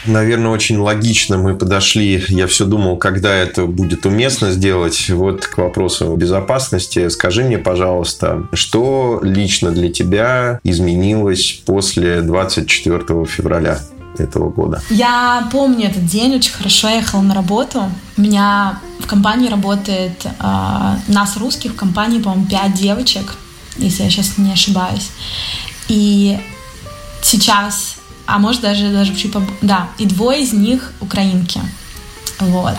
Наверное, очень логично мы подошли. Я все думал, когда это будет уместно сделать. Вот к вопросу безопасности. Скажи мне, пожалуйста, что лично для тебя изменилось после 24 февраля этого года? Я помню этот день очень хорошо. Я ехала на работу. У меня в компании работает нас, русских, в компании, по-моему, 5 девочек, если я сейчас не ошибаюсь. И сейчас... А может даже чуть да, и 2 из них украинки. Вот.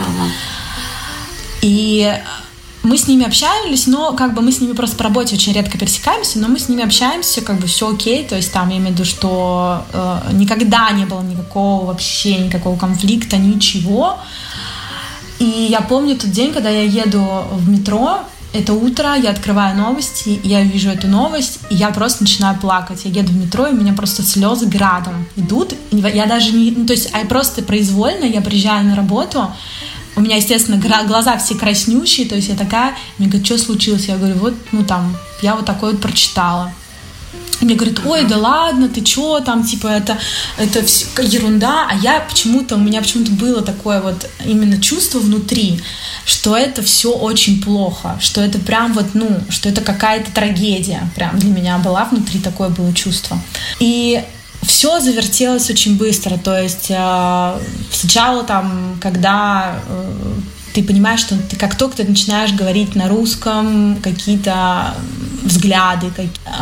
И мы с ними общались, но как бы мы с ними просто по работе очень редко пересекаемся, но мы с ними общаемся, как бы все окей. То есть там я имею в виду, что никогда не было никакого конфликта, ничего. И я помню тот день, когда я еду в метро. Это утро, я открываю новости, я вижу эту новость, и я просто начинаю плакать. Я еду в метро, и у меня просто слезы градом идут. Я даже не... то есть, просто произвольно я приезжаю на работу, у меня, естественно, глаза все краснющие, то есть я такая... Мне говорят, что случилось? Я говорю, я вот такое вот прочитала. Мне говорят, ой, да ладно, ты чё там, это все ерунда. А у меня почему-то было такое вот именно чувство внутри, что это все очень плохо, что это прям что это какая-то трагедия. Прям для меня была внутри, такое было чувство. И все завертелось очень быстро. То есть сначала когда ты понимаешь, что ты как только ты начинаешь говорить на русском, какие-то взгляды,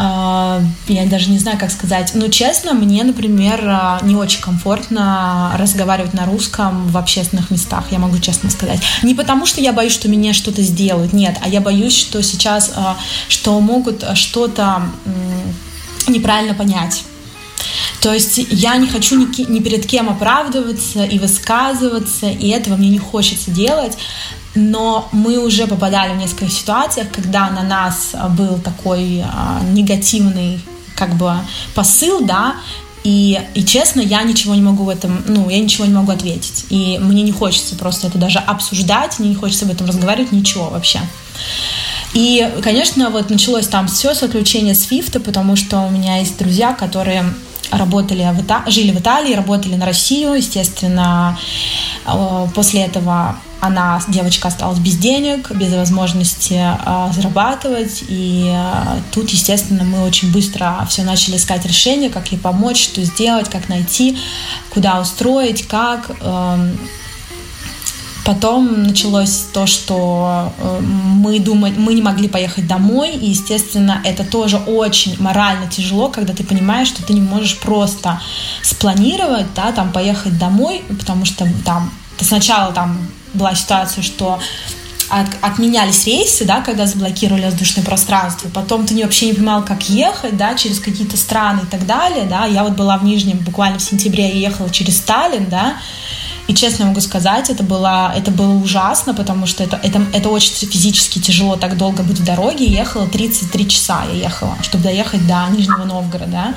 я даже не знаю, как сказать. Но честно, мне, например, не очень комфортно разговаривать на русском в общественных местах, я могу честно сказать. Не потому, что я боюсь, что мне что-то сделают, нет, а я боюсь, что сейчас, что могут что-то неправильно понять. То есть я не хочу ни перед кем оправдываться и высказываться, и этого мне не хочется делать, но мы уже попадали в несколько ситуациях, когда на нас был такой негативный посыл, да, и честно, я ничего не могу в этом, я ничего не могу ответить, и мне не хочется просто это даже обсуждать, мне не хочется об этом разговаривать, ничего вообще. И, конечно, началось там все с отключения SWIFT, потому что у меня есть друзья, которые жили в Италии, работали на Россию. Естественно, после этого девочка осталась без денег, без возможности зарабатывать. И тут, естественно, мы очень быстро все начали искать решение, как ей помочь, что сделать, как найти, куда устроить, как... Потом началось то, что мы не могли поехать домой, и, естественно, это тоже очень морально тяжело, когда ты понимаешь, что ты не можешь просто спланировать, да, поехать домой, потому что сначала была ситуация, что отменялись рейсы, да, когда заблокировали воздушное пространство, потом ты вообще не понимал, как ехать, да, через какие-то страны и так далее, да. Я была в Нижнем буквально в сентябре, я ехала через Сталин, да. И честно могу сказать, это было ужасно, потому что это очень физически тяжело так долго быть в дороге. Я ехала 33 часа, чтобы доехать до Нижнего Новгорода. Да?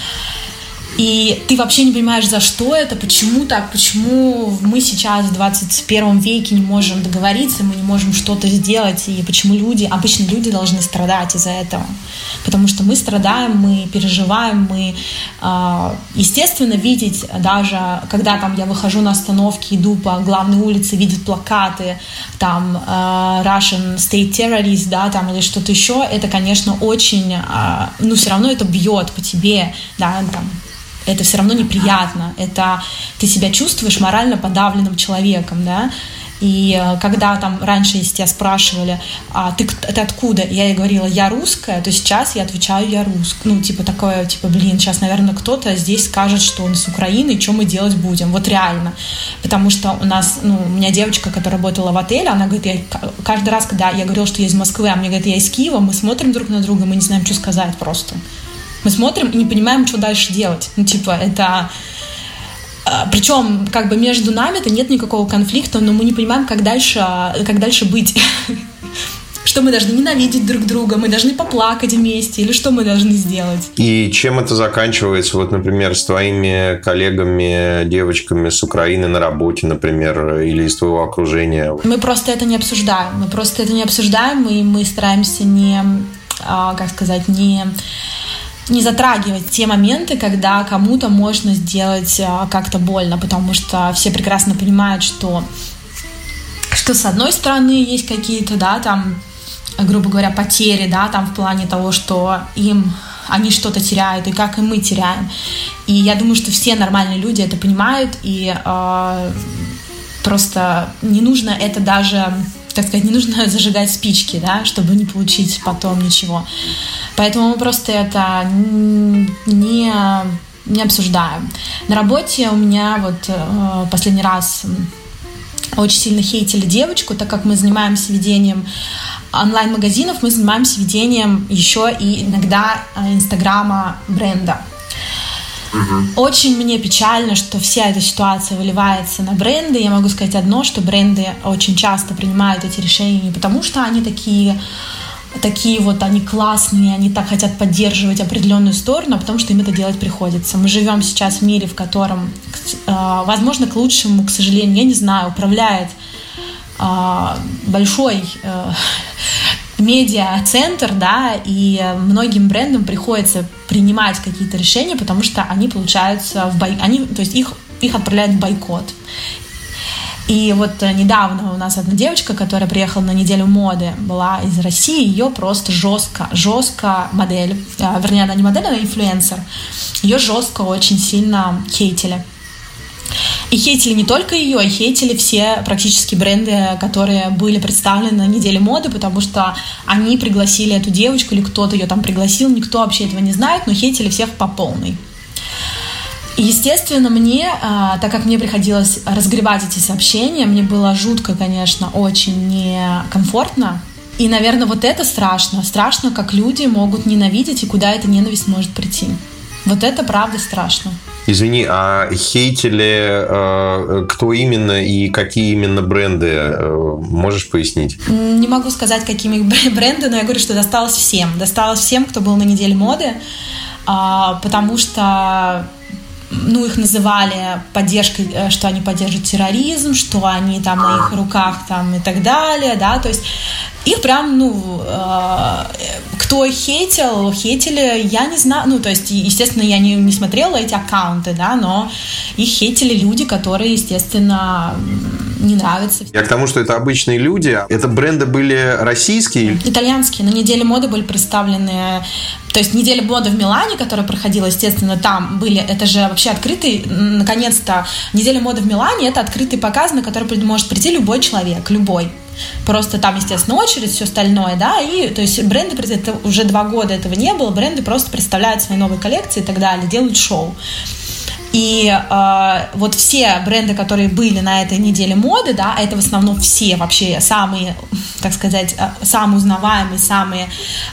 И ты вообще не понимаешь, за что это, почему так, почему мы сейчас в 21 веке не можем договориться, мы не можем что-то сделать, и почему обычные люди должны страдать из-за этого. Потому что мы страдаем, мы переживаем, мы, естественно, видеть даже, когда я выхожу на остановке, иду по главной улице, видят плакаты, Russian State Terrorist, да, или что-то еще, это, конечно, очень, все равно это бьет по тебе, да, это все равно неприятно, это ты себя чувствуешь морально подавленным человеком, да, и когда раньше, если тебя спрашивали, ты откуда, я ей говорила, я русская, то сейчас я отвечаю, я русская, такое, сейчас, наверное, кто-то здесь скажет, что он с Украины, что мы делать будем, вот реально, потому что у меня девочка, которая работала в отеле, она говорит, каждый раз, когда я говорила, что я из Москвы, а мне говорит, я из Киева, мы смотрим друг на друга, мы не знаем, что сказать просто. Мы смотрим и не понимаем, что дальше делать. Это... Причем, между нами-то нет никакого конфликта, но мы не понимаем, как дальше быть. Что мы должны ненавидеть друг друга, мы должны поплакать вместе, или что мы должны сделать. И чем это заканчивается, например, с твоими коллегами, девочками с Украины на работе, например, или из твоего окружения? Мы просто это не обсуждаем. И мы стараемся не не затрагивать те моменты, когда кому-то можно сделать как-то больно, потому что все прекрасно понимают, что с одной стороны есть какие-то, да, там, грубо говоря, потери, да, там в плане того, что они что-то теряют, и как и мы теряем. И я думаю, что все нормальные люди это понимают, и просто не нужно это даже, так сказать, не нужно зажигать спички, да, чтобы не получить потом ничего. Поэтому мы просто это не обсуждаем. На работе у меня вот последний раз очень сильно хейтили девочку, так как мы занимаемся ведением онлайн-магазинов, мы занимаемся ведением еще и иногда инстаграма бренда. Очень мне печально, что вся эта ситуация выливается на бренды. Я могу сказать одно, что бренды очень часто принимают эти решения не потому, что они такие вот, они классные, они так хотят поддерживать определенную сторону, а потому что им это делать приходится. Мы живем сейчас в мире, в котором, возможно, к лучшему, к сожалению, я не знаю, управляет большой медиа-центр, да, и многим брендам приходится принимать какие-то решения, потому что они получаются то есть их отправляют в бойкот. И вот недавно у нас одна девочка, которая приехала на неделю моды, была из России, ее просто жестко модель, вернее, она не модель, она инфлюенсер, ее жестко очень сильно хейтили. И хейтили не только ее, и хейтили все практически бренды, которые были представлены на неделе моды, потому что они пригласили эту девочку, или кто-то ее там пригласил, никто вообще этого не знает, но хейтили всех по полной. И, естественно, мне, так как мне приходилось разгребать эти сообщения, мне было жутко, конечно, очень некомфортно. И, наверное, вот это страшно. Страшно, как люди могут ненавидеть и куда эта ненависть может прийти. Вот это правда страшно. Извини, а хейтили кто именно и какие именно бренды? Можешь пояснить? Не могу сказать, какими бренды, но я говорю, что досталось всем. Досталось всем, кто был на неделе моды, потому что их называли поддержкой, что они поддерживают терроризм, что они там на их руках там и так далее, да, то есть их прям, кто их хейтили, я не знаю, то есть, естественно, я не смотрела эти аккаунты, да, но их хейтили люди, которые, естественно, не нравятся. Я к тому, что это обычные люди. Это бренды были российские? Итальянские. На неделе моды были представлены. То есть неделя моды в Милане, которая проходила, естественно, там были. Это же вообще открытый, наконец-то, неделя моды в Милане — это открытый показ, на который может прийти любой человек, любой. Просто там, естественно, очередь, все остальное, да, и, то есть, бренды, это уже 2 года этого не было, бренды просто представляют свои новые коллекции и так далее, делают шоу. И вот все бренды, которые были на этой неделе моды, да, это в основном все вообще самые, так сказать, самые узнаваемые, самые,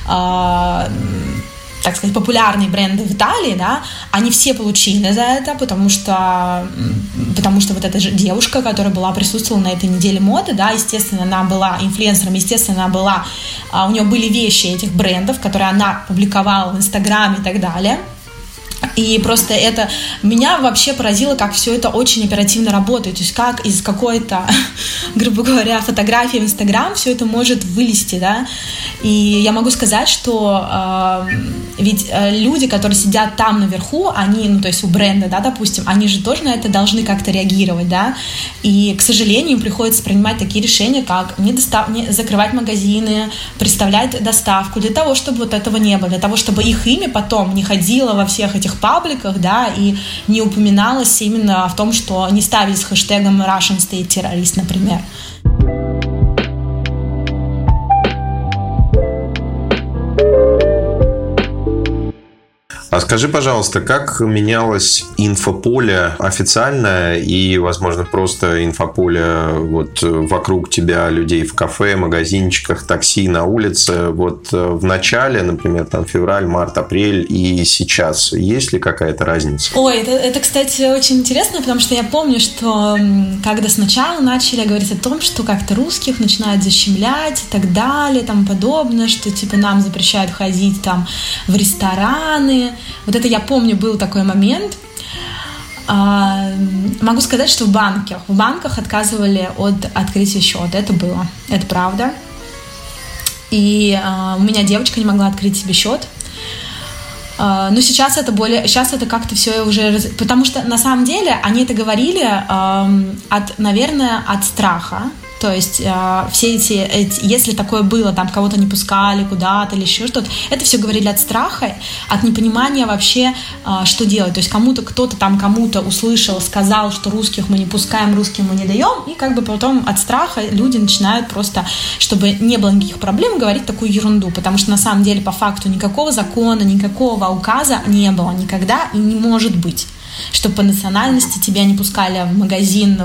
так сказать, популярные бренды в Италии, да, они все получили за это, потому что вот эта же девушка, которая присутствовала на этой неделе моды, да, естественно, она была инфлюенсером, естественно, у нее были вещи этих брендов, которые она публиковала в Инстаграме и так далее. И просто это меня вообще поразило, как все это очень оперативно работает. То есть как из какой-то, грубо говоря, фотографии в Инстаграм все это может вылезти, да. И я могу сказать, что ведь люди, которые сидят там наверху, они, то есть у бренда, да, допустим, они же тоже на это должны как-то реагировать, да. И, к сожалению, им приходится принимать такие решения, как не закрывать магазины, представлять доставку, для того, чтобы вот этого не было, для того, чтобы их имя потом не ходило во всех этих пабликах, да, и не упоминалось именно в том, что не ставили с хэштегом Russian State Terrorist, например. А скажи, пожалуйста, как менялось инфополе официальное и, возможно, просто инфополе вот вокруг тебя людей в кафе, магазинчиках, такси, на улице, вот в начале, например, там февраль, март, апрель и сейчас? Есть ли какая-то разница? Ой, это, кстати, очень интересно, потому что я помню, что когда сначала начали говорить о том, что как-то русских начинают защемлять и так далее, тому подобное, что типа нам запрещают ходить там в рестораны. Вот это я помню, был такой момент. Могу сказать, что в банках отказывали от открытия счета. Это было, это правда. И у меня девочка не могла открыть себе счет. Но сейчас это как-то все уже... Потому что на самом деле они это говорили, наверное, от страха. То есть все эти, если такое было, там кого-то не пускали куда-то или еще что-то, это все говорили от страха, от непонимания вообще, что делать. То есть кто-то там кому-то услышал, сказал, что русских мы не пускаем, русским мы не даем, и как бы потом от страха люди начинают просто, чтобы не было никаких проблем, говорить такую ерунду, потому что на самом деле по факту никакого закона, никакого указа не было никогда и не может быть, чтобы по национальности тебя не пускали в магазин,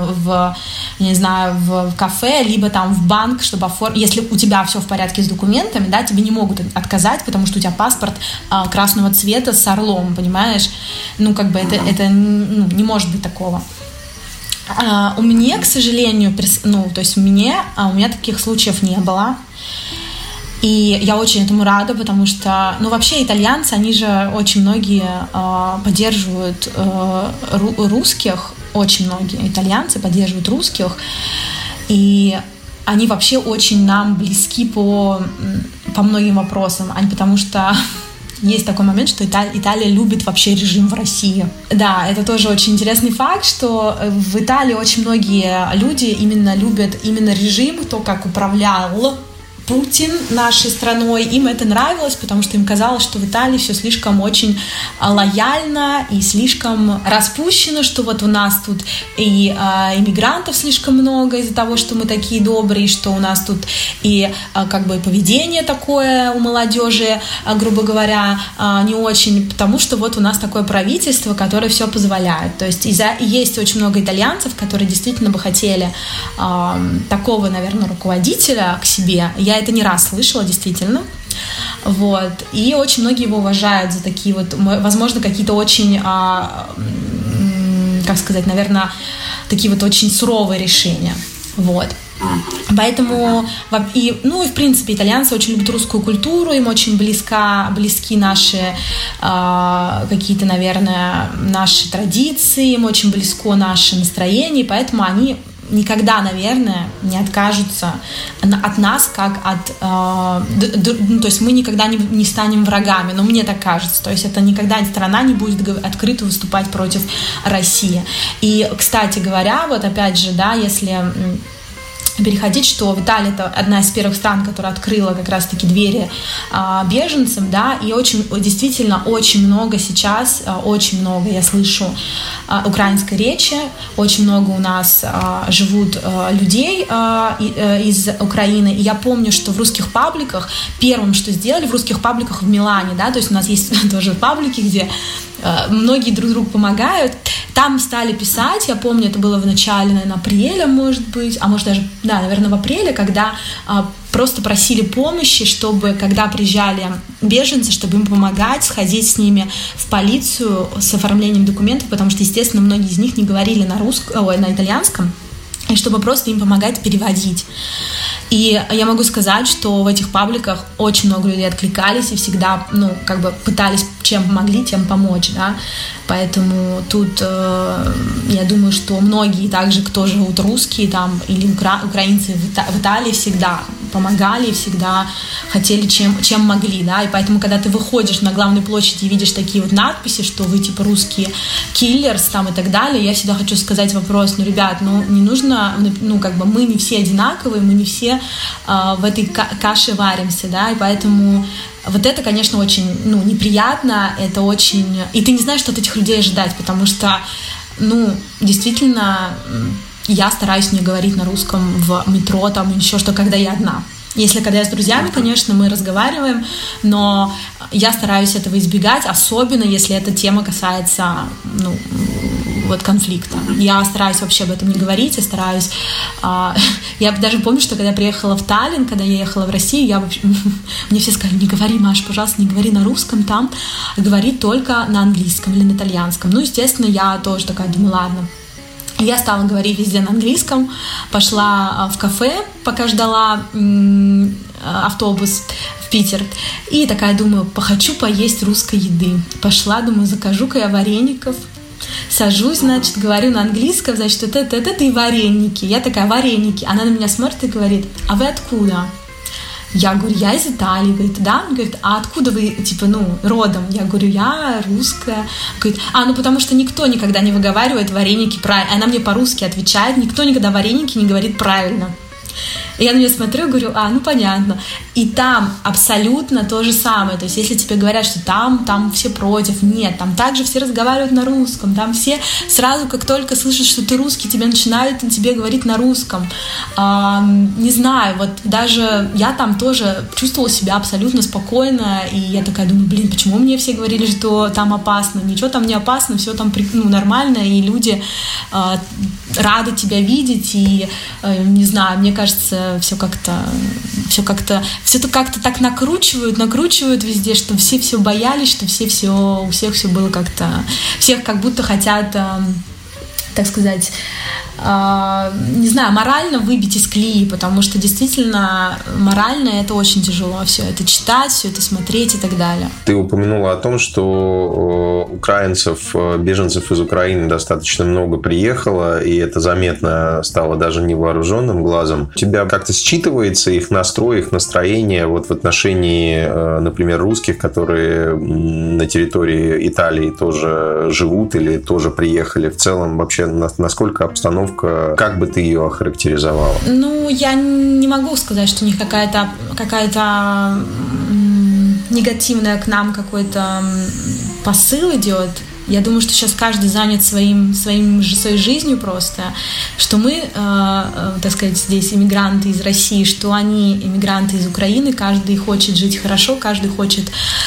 в кафе, либо там в банк, чтобы если у тебя все в порядке с документами, да, тебе не могут отказать, потому что у тебя паспорт красного цвета с орлом, понимаешь? Это не может быть такого. У меня, к сожалению, у меня таких случаев не было. И я очень этому рада, потому что, вообще итальянцы, они же очень многие поддерживают русских, очень многие итальянцы поддерживают русских, и они вообще очень нам близки по многим вопросам, потому что есть такой момент, что Италия любит вообще режим в России. Да, это тоже очень интересный факт, что в Италии очень многие люди именно любят именно режим, то, как управлял Путин нашей страной, им это нравилось, потому что им казалось, что в Италии все слишком очень лояльно и слишком распущено, что вот у нас тут и иммигрантов слишком много из-за того, что мы такие добрые, что у нас тут и как бы поведение такое у молодежи, грубо говоря, не очень, потому что вот у нас такое правительство, которое все позволяет. То есть есть очень много итальянцев, которые действительно бы хотели такого, наверное, руководителя к себе. Я это не раз слышала, действительно. Вот. И очень многие его уважают за такие вот, возможно, какие-то очень, как сказать, наверное, такие вот очень суровые решения. Вот. Поэтому, в принципе, итальянцы очень любят русскую культуру, им очень близки наши какие-то, наверное, наши традиции, им очень близко наше настроение, поэтому они никогда, наверное, не откажутся от нас, как от... то есть мы никогда не станем врагами, но мне так кажется. То есть это никогда страна не будет открыто выступать против России. И, кстати говоря, вот опять же, да, если переходить, что в Италии это одна из первых стран, которая открыла как раз-таки двери беженцам, да, и действительно очень много сейчас, очень много я слышу украинской речи, очень много у нас живут людей из Украины, и я помню, что в русских пабликах, первым, что сделали в русских пабликах в Милане, да, то есть у нас есть тоже паблики, где многие друг другу помогают. Там стали писать, я помню, это было в начале, наверное, апреля, может быть, а может даже, да, наверное, в апреле, когда просто просили помощи, чтобы, когда приезжали беженцы, чтобы им помогать, сходить с ними в полицию с оформлением документов, потому что, естественно, многие из них не говорили на итальянском, и чтобы просто им помогать переводить. И я могу сказать, что в этих пабликах очень много людей откликались и всегда, пытались чем могли, тем помочь, да. Поэтому тут я думаю, что многие также, кто живут русские там или украинцы в Италии, всегда помогали, всегда хотели чем могли, да. И поэтому, когда ты выходишь на главной площади и видишь такие вот надписи, что вы типа русские киллерс там и так далее, я всегда хочу сказать вопрос, ребят, не нужно, мы не все одинаковые, мы не все в этой каше варимся, да, и поэтому вот это, конечно, очень, неприятно, это очень... И ты не знаешь, что от этих людей ожидать, потому что, действительно, я стараюсь не говорить на русском в метро, там, еще что, когда я одна. Если когда я с друзьями, конечно, мы разговариваем, но я стараюсь этого избегать, особенно если эта тема касается, конфликта. Я стараюсь вообще об этом не говорить, я стараюсь... Я даже помню, что когда я приехала в Таллин, когда я ехала в Россию, мне все сказали, не говори, Маш, пожалуйста, не говори на русском там, говори только на английском или на итальянском. Естественно, я тоже такая думаю, ладно. Я стала говорить везде на английском, пошла в кафе, пока ждала автобус в Питер. И такая думаю, хочу поесть русской еды. Пошла, думаю, закажу-ка я вареников. Сажусь, значит, говорю на английском, значит, это и вареники. Я такая, вареники. Она на меня смотрит и говорит, а вы откуда? Я говорю, я из Италии. Говорит, да? Он говорит, а откуда вы, типа, родом? Я говорю, я русская. Говорит, потому что никто никогда не выговаривает вареники правильно. Она мне по-русски отвечает, никто никогда вареники не говорит правильно. И я на нее смотрю и говорю, понятно. И там абсолютно то же самое. То есть, если тебе говорят, что там все против, нет, там также все разговаривают на русском, там все сразу, как только слышат, что ты русский, тебе начинают тебе говорить на русском. Не знаю, вот даже я там тоже чувствовала себя абсолютно спокойно, и я такая думаю, почему мне все говорили, что там опасно? Ничего там не опасно, все там нормально, и люди рады тебя видеть, и не знаю, мне кажется, все как-то так накручивают везде, что все боялись, что у всех все было как-то, всех как будто хотят, так сказать, не знаю, морально выбить из колеи, потому что действительно морально это очень тяжело, все это читать, все это смотреть и так далее. Ты упомянула о том, что украинцев, беженцев из Украины достаточно много приехало, и это заметно стало даже невооруженным глазом. У тебя как-то считывается их настрой, их настроение вот в отношении, например, русских, которые на территории Италии тоже живут или тоже приехали? В целом вообще насколько обстановка, как бы ты ее охарактеризовала? Я не могу сказать, что у них какая-то негативная к нам какой-то посыл идет. Я думаю, что сейчас каждый занят своей жизнью просто, что мы, так сказать, здесь иммигранты из России, что они иммигранты из Украины, каждый хочет жить хорошо, каждый хочет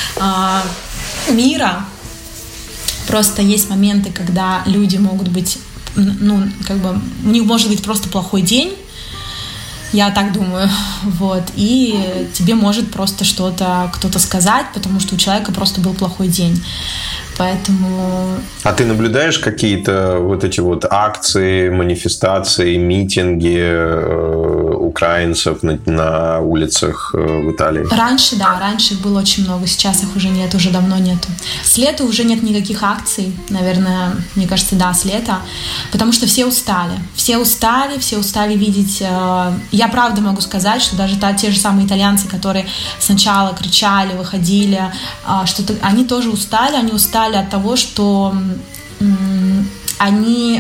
мира. Просто есть моменты, когда люди могут быть, у них может быть просто плохой день, я так думаю, и тебе может просто кто-то сказать, потому что у человека просто был плохой день. Поэтому... А ты наблюдаешь какие-то вот эти вот акции, манифестации, митинги украинцев на улицах в Италии? Раньше их было очень много, сейчас их уже нет, уже давно нету. С лета уже нет никаких акций, наверное, мне кажется, с лета, потому что все устали видеть. Я правда могу сказать, что даже те же самые итальянцы, которые сначала кричали, выходили, они тоже устали от того, что они...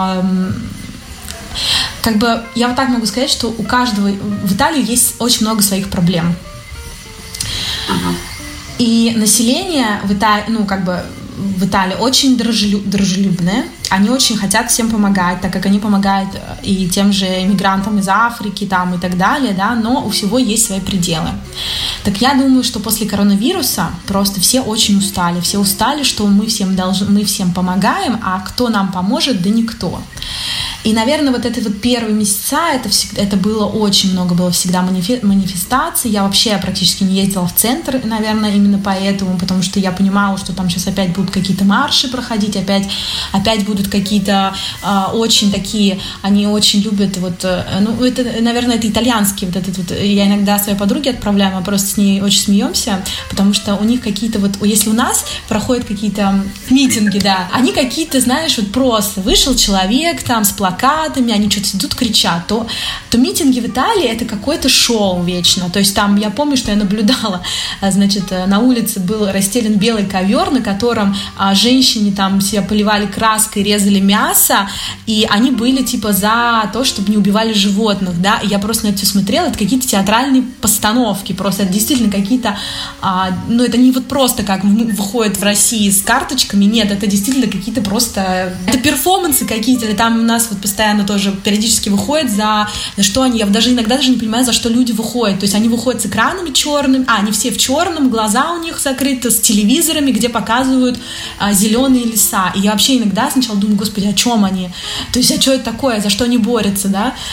я вот так могу сказать, что у каждого в Италии есть очень много своих проблем. И население в Италии очень дружелюбное. Они очень хотят всем помогать, так как они помогают и тем же иммигрантам из Африки и так далее, но у всего есть свои пределы. Так я думаю, что после коронавируса просто все очень устали. Все устали, что мы всем помогаем, а кто нам поможет? Да никто. И, наверное, вот эти вот первые месяца, это было очень много, было всегда манифестаций. Я вообще практически не ездила в центр, наверное, именно поэтому, потому что я понимала, что там сейчас опять будут какие-то марши проходить, опять будут какие-то очень такие, они очень любят это, наверное, это итальянские я иногда своей подруге отправляю, мы просто с ней очень смеемся, потому что у них какие-то если у нас проходят какие-то митинги, они какие-то, знаешь, просто вышел человек с плакатами, они что-то идут, кричат, то митинги в Италии это какое-то шоу вечно. То есть я помню, что я наблюдала, на улице был расстелен белый ковер, на котором женщине себя поливали краской, резали мясо, и они были за то, чтобы не убивали животных, и я просто на это все смотрела, это какие-то театральные постановки, просто это действительно какие-то, это не просто как выходят в России с карточками, нет, это действительно какие-то просто, это перформансы какие-то, или там у нас постоянно тоже периодически выходят, за что они, я иногда даже не понимаю, за что люди выходят, то есть они выходят с экранами черными, они все в черном, глаза у них закрыты, с телевизорами, где показывают зеленые леса, и я вообще иногда сначала думаю, господи, о чем они, то есть, что это такое, за что они борются,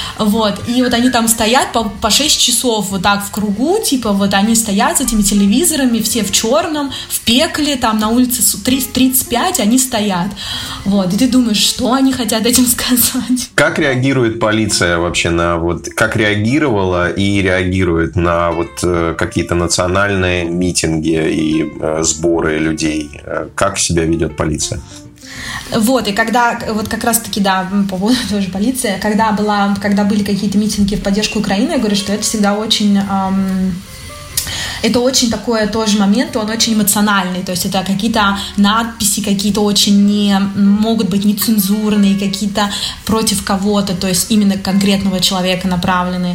и они там стоят по 6 часов так в кругу, они стоят с этими телевизорами, все в черном, в пекле, на улице 35, они стоят, и ты думаешь, что они хотят этим сказать. Как реагирует полиция вообще как реагировала и реагирует на какие-то национальные митинги и сборы людей? Как себя ведет полиция? Вот, и когда, вот как раз-таки, да, по поводу тоже полиции, когда были какие-то митинги в поддержку Украины, я говорю, что это всегда очень... Это очень такой тоже момент, он очень эмоциональный, то есть это какие-то надписи, какие-то очень могут быть нецензурные, какие-то против кого-то, то есть именно конкретного человека направлены.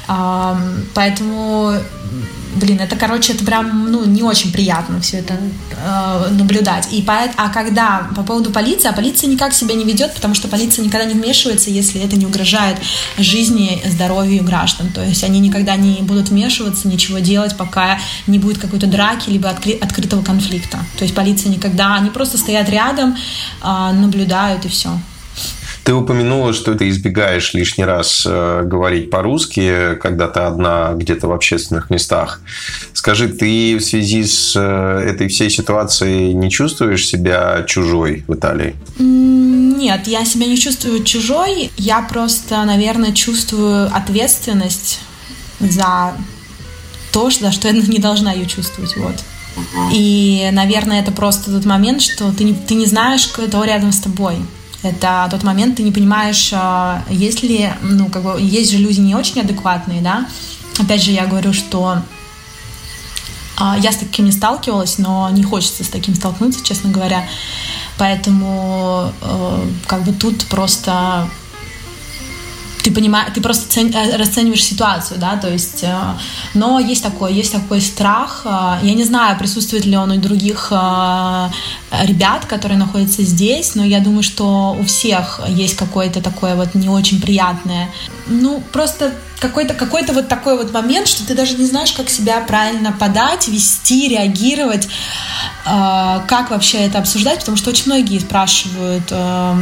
Поэтому, это, это прям, не очень приятно все это наблюдать. А когда по поводу полиции, полиция никак себя не ведет, потому что полиция никогда не вмешивается, если это не угрожает жизни, здоровью граждан. То есть они никогда не будут вмешиваться, ничего делать, пока не будет какой-то драки, либо открытого конфликта. То есть полиция никогда, они просто стоят рядом, наблюдают и все. Ты упомянула, что ты избегаешь лишний раз говорить по-русски, когда ты одна где-то в общественных местах. Скажи, ты в связи с этой всей ситуацией не чувствуешь себя чужой в Италии? Нет, я себя не чувствую чужой. Я просто, наверное, чувствую ответственность за то, за что я не должна ее чувствовать. Вот. И, наверное, это просто тот момент, что ты не знаешь, кто рядом с тобой. Это тот момент, ты не понимаешь, есть ли, есть же люди не очень адекватные, да. Опять же, я говорю, что я с таким не сталкивалась, но не хочется с таким столкнуться, честно говоря. Поэтому тут просто ты понимаешь, ты просто расцениваешь ситуацию, да, то есть, но есть такой страх. Я не знаю, присутствует ли он у других ребят, которые находятся здесь, но я думаю, что у всех есть какое-то такое вот не очень приятное, просто какой-то вот такой вот момент, что ты даже не знаешь, как себя правильно подать, вести, реагировать, как вообще это обсуждать, потому что очень многие спрашивают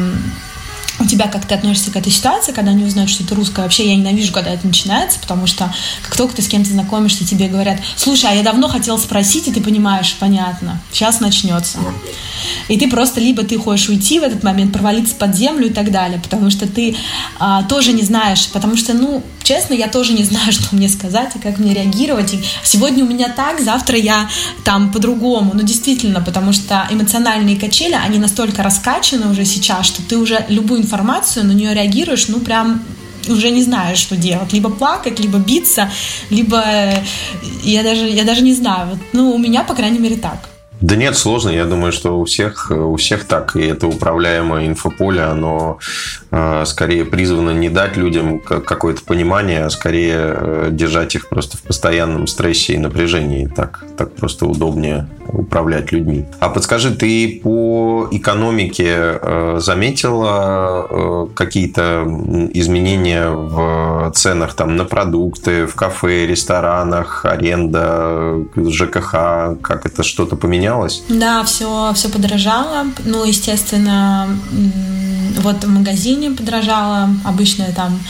у тебя, как ты относишься к этой ситуации, когда они узнают, что ты русская. Вообще я ненавижу, когда это начинается, потому что как только ты с кем-то знакомишься, тебе говорят: слушай, а я давно хотела спросить, и ты понимаешь, понятно, сейчас начнется. И ты просто либо ты хочешь уйти в этот момент, провалиться под землю и так далее, потому что ты тоже не знаешь, потому что, честно, я тоже не знаю, что мне сказать и как мне реагировать. И сегодня у меня так, завтра я там по-другому. Действительно, потому что эмоциональные качели, они настолько раскачаны уже сейчас, что ты уже любую информацию, на нее реагируешь, прям уже не знаешь, что делать. Либо плакать, либо биться, либо я даже не знаю. У меня, по крайней мере, так. Да нет, сложно. Я думаю, что у всех так. И это управляемое инфополе, оно скорее призвано не дать людям какое-то понимание, а скорее держать их просто в постоянном стрессе и напряжении. Так просто удобнее управлять людьми. А подскажи, ты по экономике заметила какие-то изменения в ценах на продукты, в кафе, ресторанах, аренда, ЖКХ? Как это что-то поменялось? Да, все подорожало. Естественно, вот в магазине подорожало. Обычно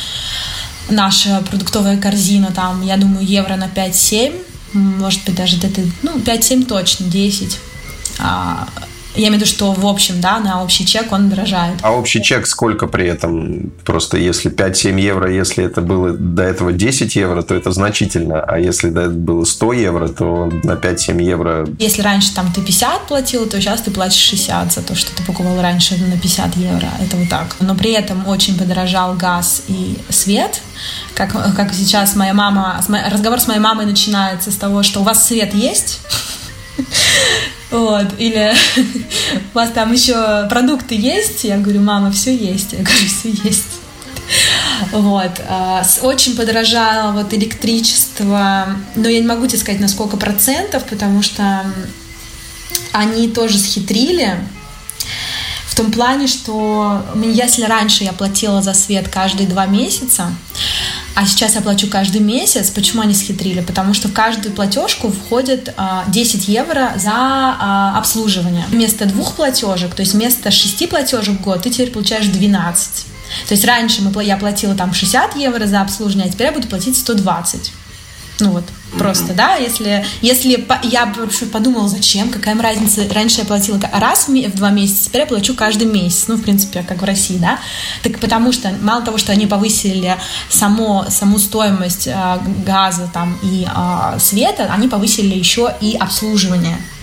наша продуктовая корзина, я думаю, евро на 5-7. Может быть, даже где-то, 5-7 точно, 10. Я имею в виду, что в общем, да, на общий чек он дорожает. А общий чек сколько при этом? Просто если 5-7 евро, если это было до этого 10 евро, то это значительно. А если до этого было 100 евро, то на 5-7 евро... Если раньше ты 50 платил, то сейчас ты платишь 60 за то, что ты покупал раньше на 50 евро. Это вот так. Но при этом очень подорожал газ и свет. Как сейчас разговор с моей мамой начинается с того, что у вас свет есть? Вот, или у вас там еще продукты есть? Я говорю: мама, все есть. Я говорю: все есть. Вот. Очень подорожало электричество, но я не могу тебе сказать, на сколько процентов, потому что они тоже схитрили. В том плане, что если раньше я платила за свет каждые 2 месяца, а сейчас я плачу каждый месяц. Почему они схитрили? Потому что в каждую платежку входит 10 евро за обслуживание. Вместо 2 платежек, то есть вместо 6 платежек в год, ты теперь получаешь 12. То есть раньше я платила 60 евро за обслуживание, а теперь я буду платить 120. Просто, да, если я подумала, зачем, какая им разница, раньше я платила раз в 2 месяца, теперь я плачу каждый месяц, в принципе, как в России, да, так потому что мало того, что они повысили саму стоимость газа и света, они повысили еще и обслуживание.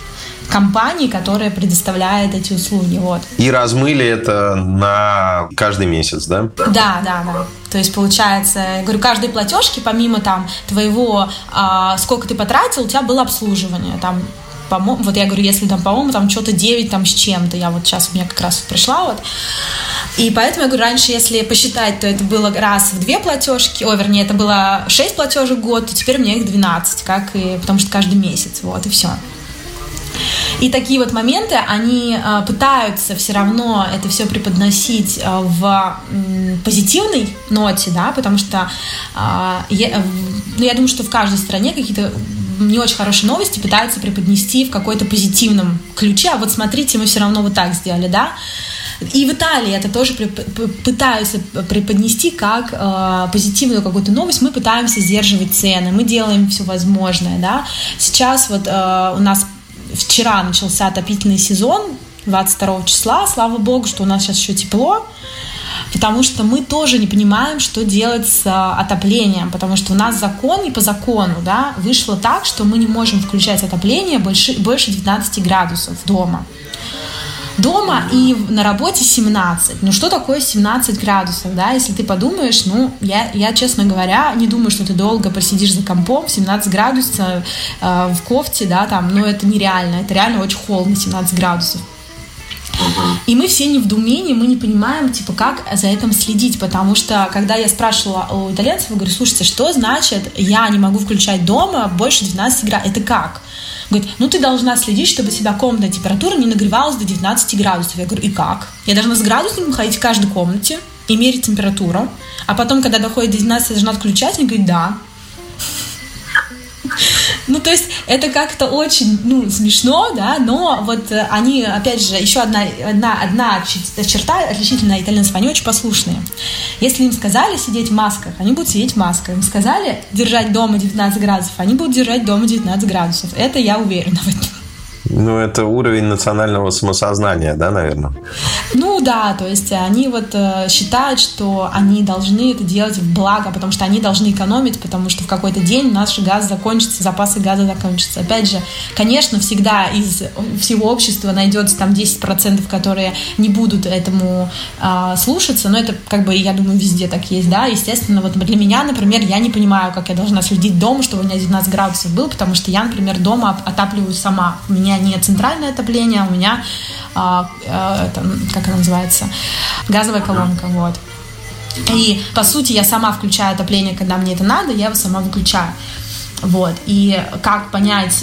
компании, которая предоставляет эти услуги. Вот. И размыли это на каждый месяц, да? Да. То есть, получается, я говорю, каждой платежки, помимо там твоего, сколько ты потратил, у тебя было обслуживание. Там, вот я говорю, если там, по-моему, там что-то 9 там с чем-то, я вот сейчас, у меня как раз пришла вот. И поэтому я говорю, раньше, если посчитать, то это было раз в 2 платежки, вернее, это было 6 платежек в год, то теперь у меня их 12, потому что каждый месяц, вот, и все. И такие вот моменты, они пытаются все равно это все преподносить в позитивной ноте, да, потому что я думаю, что в каждой стране какие-то не очень хорошие новости пытаются преподнести в какой-то позитивном ключе, а вот смотрите, мы все равно вот так сделали, да. И в Италии это тоже пытаются преподнести как позитивную какую-то новость. Мы пытаемся сдерживать цены, мы делаем все возможное, да. Сейчас вот у нас вчера начался отопительный сезон, 22 числа, слава богу, что у нас сейчас еще тепло, потому что мы тоже не понимаем, что делать с отоплением, потому что у нас закон, и по закону, да, вышло так, что мы не можем включать отопление больше 19 градусов дома. Дома и на работе 17. Ну, что такое 17 градусов, да? Если ты подумаешь, я, честно говоря, не думаю, что ты долго посидишь за компом, 17 градусов в кофте, да, там, это нереально. Это реально очень холодно, 17 градусов. И мы все не в недоумении, мы не понимаем, как за этим следить, потому что, когда я спрашивала у итальянцев, я говорю, слушайте, что значит, я не могу включать дома больше 12 градусов, это как? Говорит, ты должна следить, чтобы у тебя комнатная температура не нагревалась до 19 градусов. Я говорю, и как? Я должна с градусником ходить в каждой комнате и мерить температуру, а потом, когда доходит до 19, я должна отключать, и говорит, да. То есть это как-то очень, смешно, да, но вот они, опять же, еще одна черта отличительная итальянцев, они очень послушные. Если им сказали сидеть в масках, они будут сидеть в масках. Им сказали держать дома 19 градусов, они будут держать дома 19 градусов. Это я уверена в этом. Это уровень национального самосознания, да, наверное? Да, то есть они вот считают, что они должны это делать в благо, потому что они должны экономить, потому что в какой-то день наш газ закончится, запасы газа закончатся. Опять же, конечно, всегда из всего общества найдется там 10%, которые не будут этому слушаться, но это, я думаю, везде так есть, да. Естественно, вот для меня, например, я не понимаю, как я должна следить дома, чтобы у меня 19 градусов был, потому что я, например, дома отапливаю сама. У меня не центральное отопление, у меня как она называется, газовая колонка, вот. И, по сути, я сама включаю отопление, когда мне это надо, я его сама выключаю. Вот. И как понять,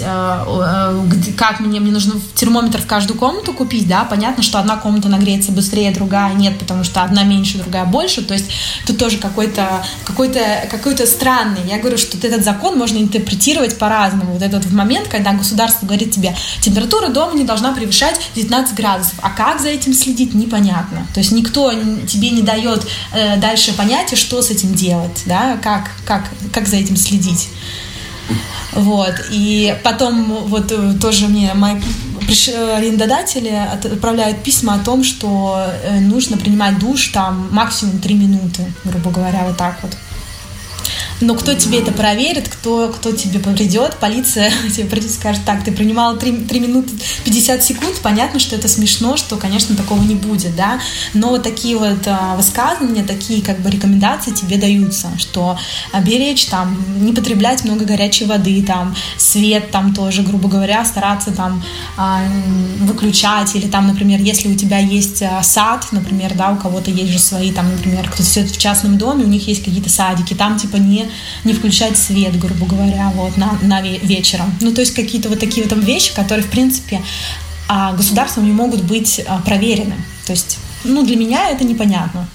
как мне нужно термометр в каждую комнату купить, да, понятно, что одна комната нагреется быстрее, другая нет, потому что одна меньше, другая больше, то есть тут тоже какой-то странный. Я говорю, что этот закон можно интерпретировать по-разному. Вот этот момент, когда государство говорит тебе, температура дома не должна превышать 19 градусов, а как за этим следить, непонятно. То есть никто тебе не дает дальше понятия, что с этим делать, да, как за этим следить. Вот, и потом вот тоже мне мои арендодатели отправляют письма о том, что нужно принимать душ там максимум 3 минуты, грубо говоря, вот так вот. Но кто тебе это проверит, кто тебе придет, полиция тебе придет и скажет, так, ты принимала 3 минуты 50 секунд, понятно, что это смешно, что, конечно, такого не будет, да, но вот такие вот высказывания, такие рекомендации тебе даются, что беречь, там, не потреблять много горячей воды, там, свет там тоже, грубо говоря, стараться там выключать, или там, например, если у тебя есть сад, например, да, у кого-то есть же свои, там, например, кто-то сидит в частном доме, у них есть какие-то садики, там, не включать свет, грубо говоря, вот, на вечером. То есть какие-то вот такие вот вещи, которые, в принципе, государством не могут быть проверены. То есть, для меня это непонятно.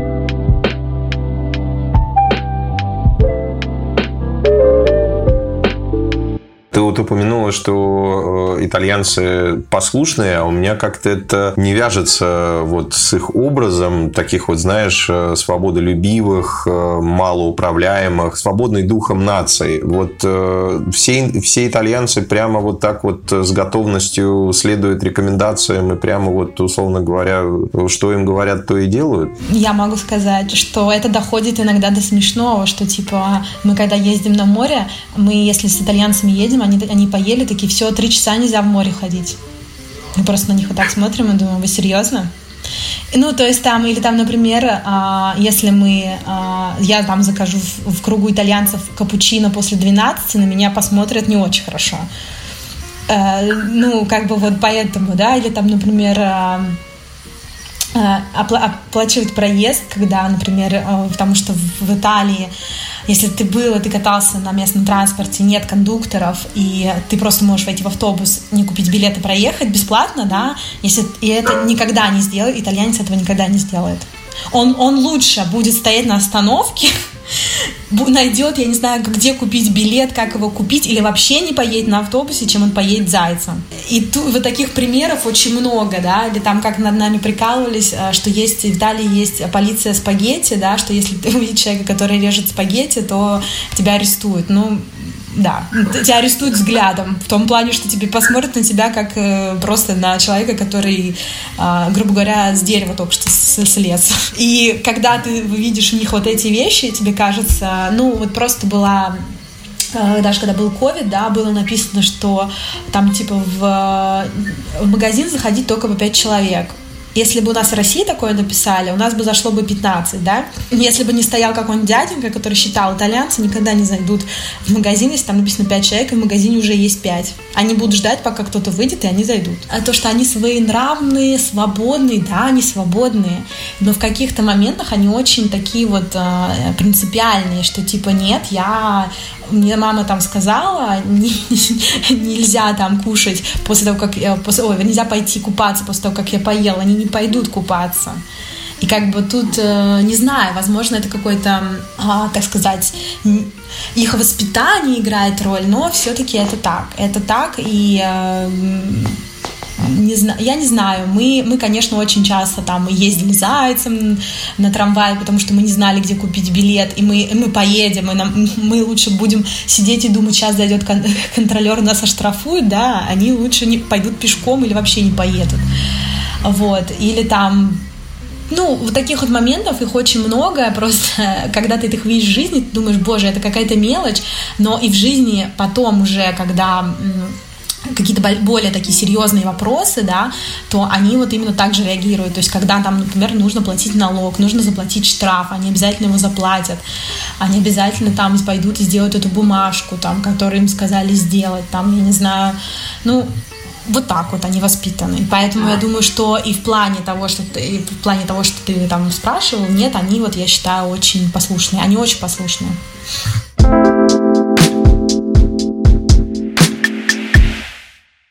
Ты вот упомянула, что итальянцы послушные, а у меня как-то это не вяжется вот с их образом таких вот, знаешь, свободолюбивых, малоуправляемых, свободных духом наций. Вот все итальянцы прямо вот так вот с готовностью следуют рекомендациям и прямо вот, условно говоря, что им говорят, то и делают? Я могу сказать, что это доходит иногда до смешного, что типа мы когда ездим на море, мы если с итальянцами едем, они поели, такие, все, 3 часа нельзя в море ходить. Мы просто на них вот так смотрим и думаем, вы серьезно? Ну, то есть там, или там, например, если я там закажу в кругу итальянцев капучино после 12, на меня посмотрят не очень хорошо. Ну, как бы вот поэтому, да, или там, например, оплачивать проезд, когда, например, потому что в Италии, если ты катался на местном транспорте, нет кондукторов, и ты просто можешь войти в автобус, не купить билет и проехать бесплатно, да, и это никогда не сделает, итальянец этого никогда не сделает. Он лучше будет стоять на остановке, найдет, я не знаю, где купить билет, как его купить, или вообще не поедет на автобусе, чем он поедет зайцем. И вот таких примеров очень много, да, или там как над нами прикалывались, что есть в Италии есть полиция спагетти, да, что если ты увидишь человека, который режет спагетти, то тебя арестуют. Ну, да, тебя арестуют взглядом, в том плане, что тебе посмотрят на тебя как просто на человека, который, грубо говоря, с дерева только что слез. И когда ты видишь в них вот эти вещи, тебе кажется, ну, вот просто была... Даже когда был ковид, да, было написано, что там типа в магазин заходить только по 5 человек. Если бы у нас в России такое написали, у нас бы зашло бы 15, да? Если бы не стоял какой-нибудь дяденька, который считал, итальянцы никогда не зайдут в магазин, если там написано 5 человек, и в магазине уже есть 5. Они будут ждать, пока кто-то выйдет, и они зайдут. А то, что они своенравные, свободные, да, они свободные, но в каких-то моментах они очень такие вот принципиальные, что типа нет, мне мама там сказала, нельзя там кушать после того, как нельзя пойти купаться после того, как я поела. Они не пойдут купаться. И как бы тут, не знаю, возможно, это какой-то, так сказать, их воспитание играет роль, но все-таки это так. Это так, и... Я не знаю, мы, конечно, очень часто там ездили зайцем на трамвае, потому что мы не знали, где купить билет, и мы поедем, и мы лучше будем сидеть и думать, сейчас дойдет контролер, нас оштрафует, да, они лучше не пойдут пешком или вообще не поедут. Вот, или там... Ну, вот таких вот моментов, их очень много, просто когда ты их видишь в жизни, ты думаешь, боже, это какая-то мелочь, но и в жизни потом уже, когда... какие-то более такие серьезные вопросы, да, то они вот именно так же реагируют. То есть, когда там, например, нужно платить налог, нужно заплатить штраф, они обязательно его заплатят. Они обязательно там пойдут и сделают эту бумажку, там, которую им сказали сделать, там, я не знаю, ну, вот так вот они воспитаны. Поэтому я думаю, что и в плане того, что ты там спрашивал, нет, они вот, я считаю, очень послушные. Они очень послушные.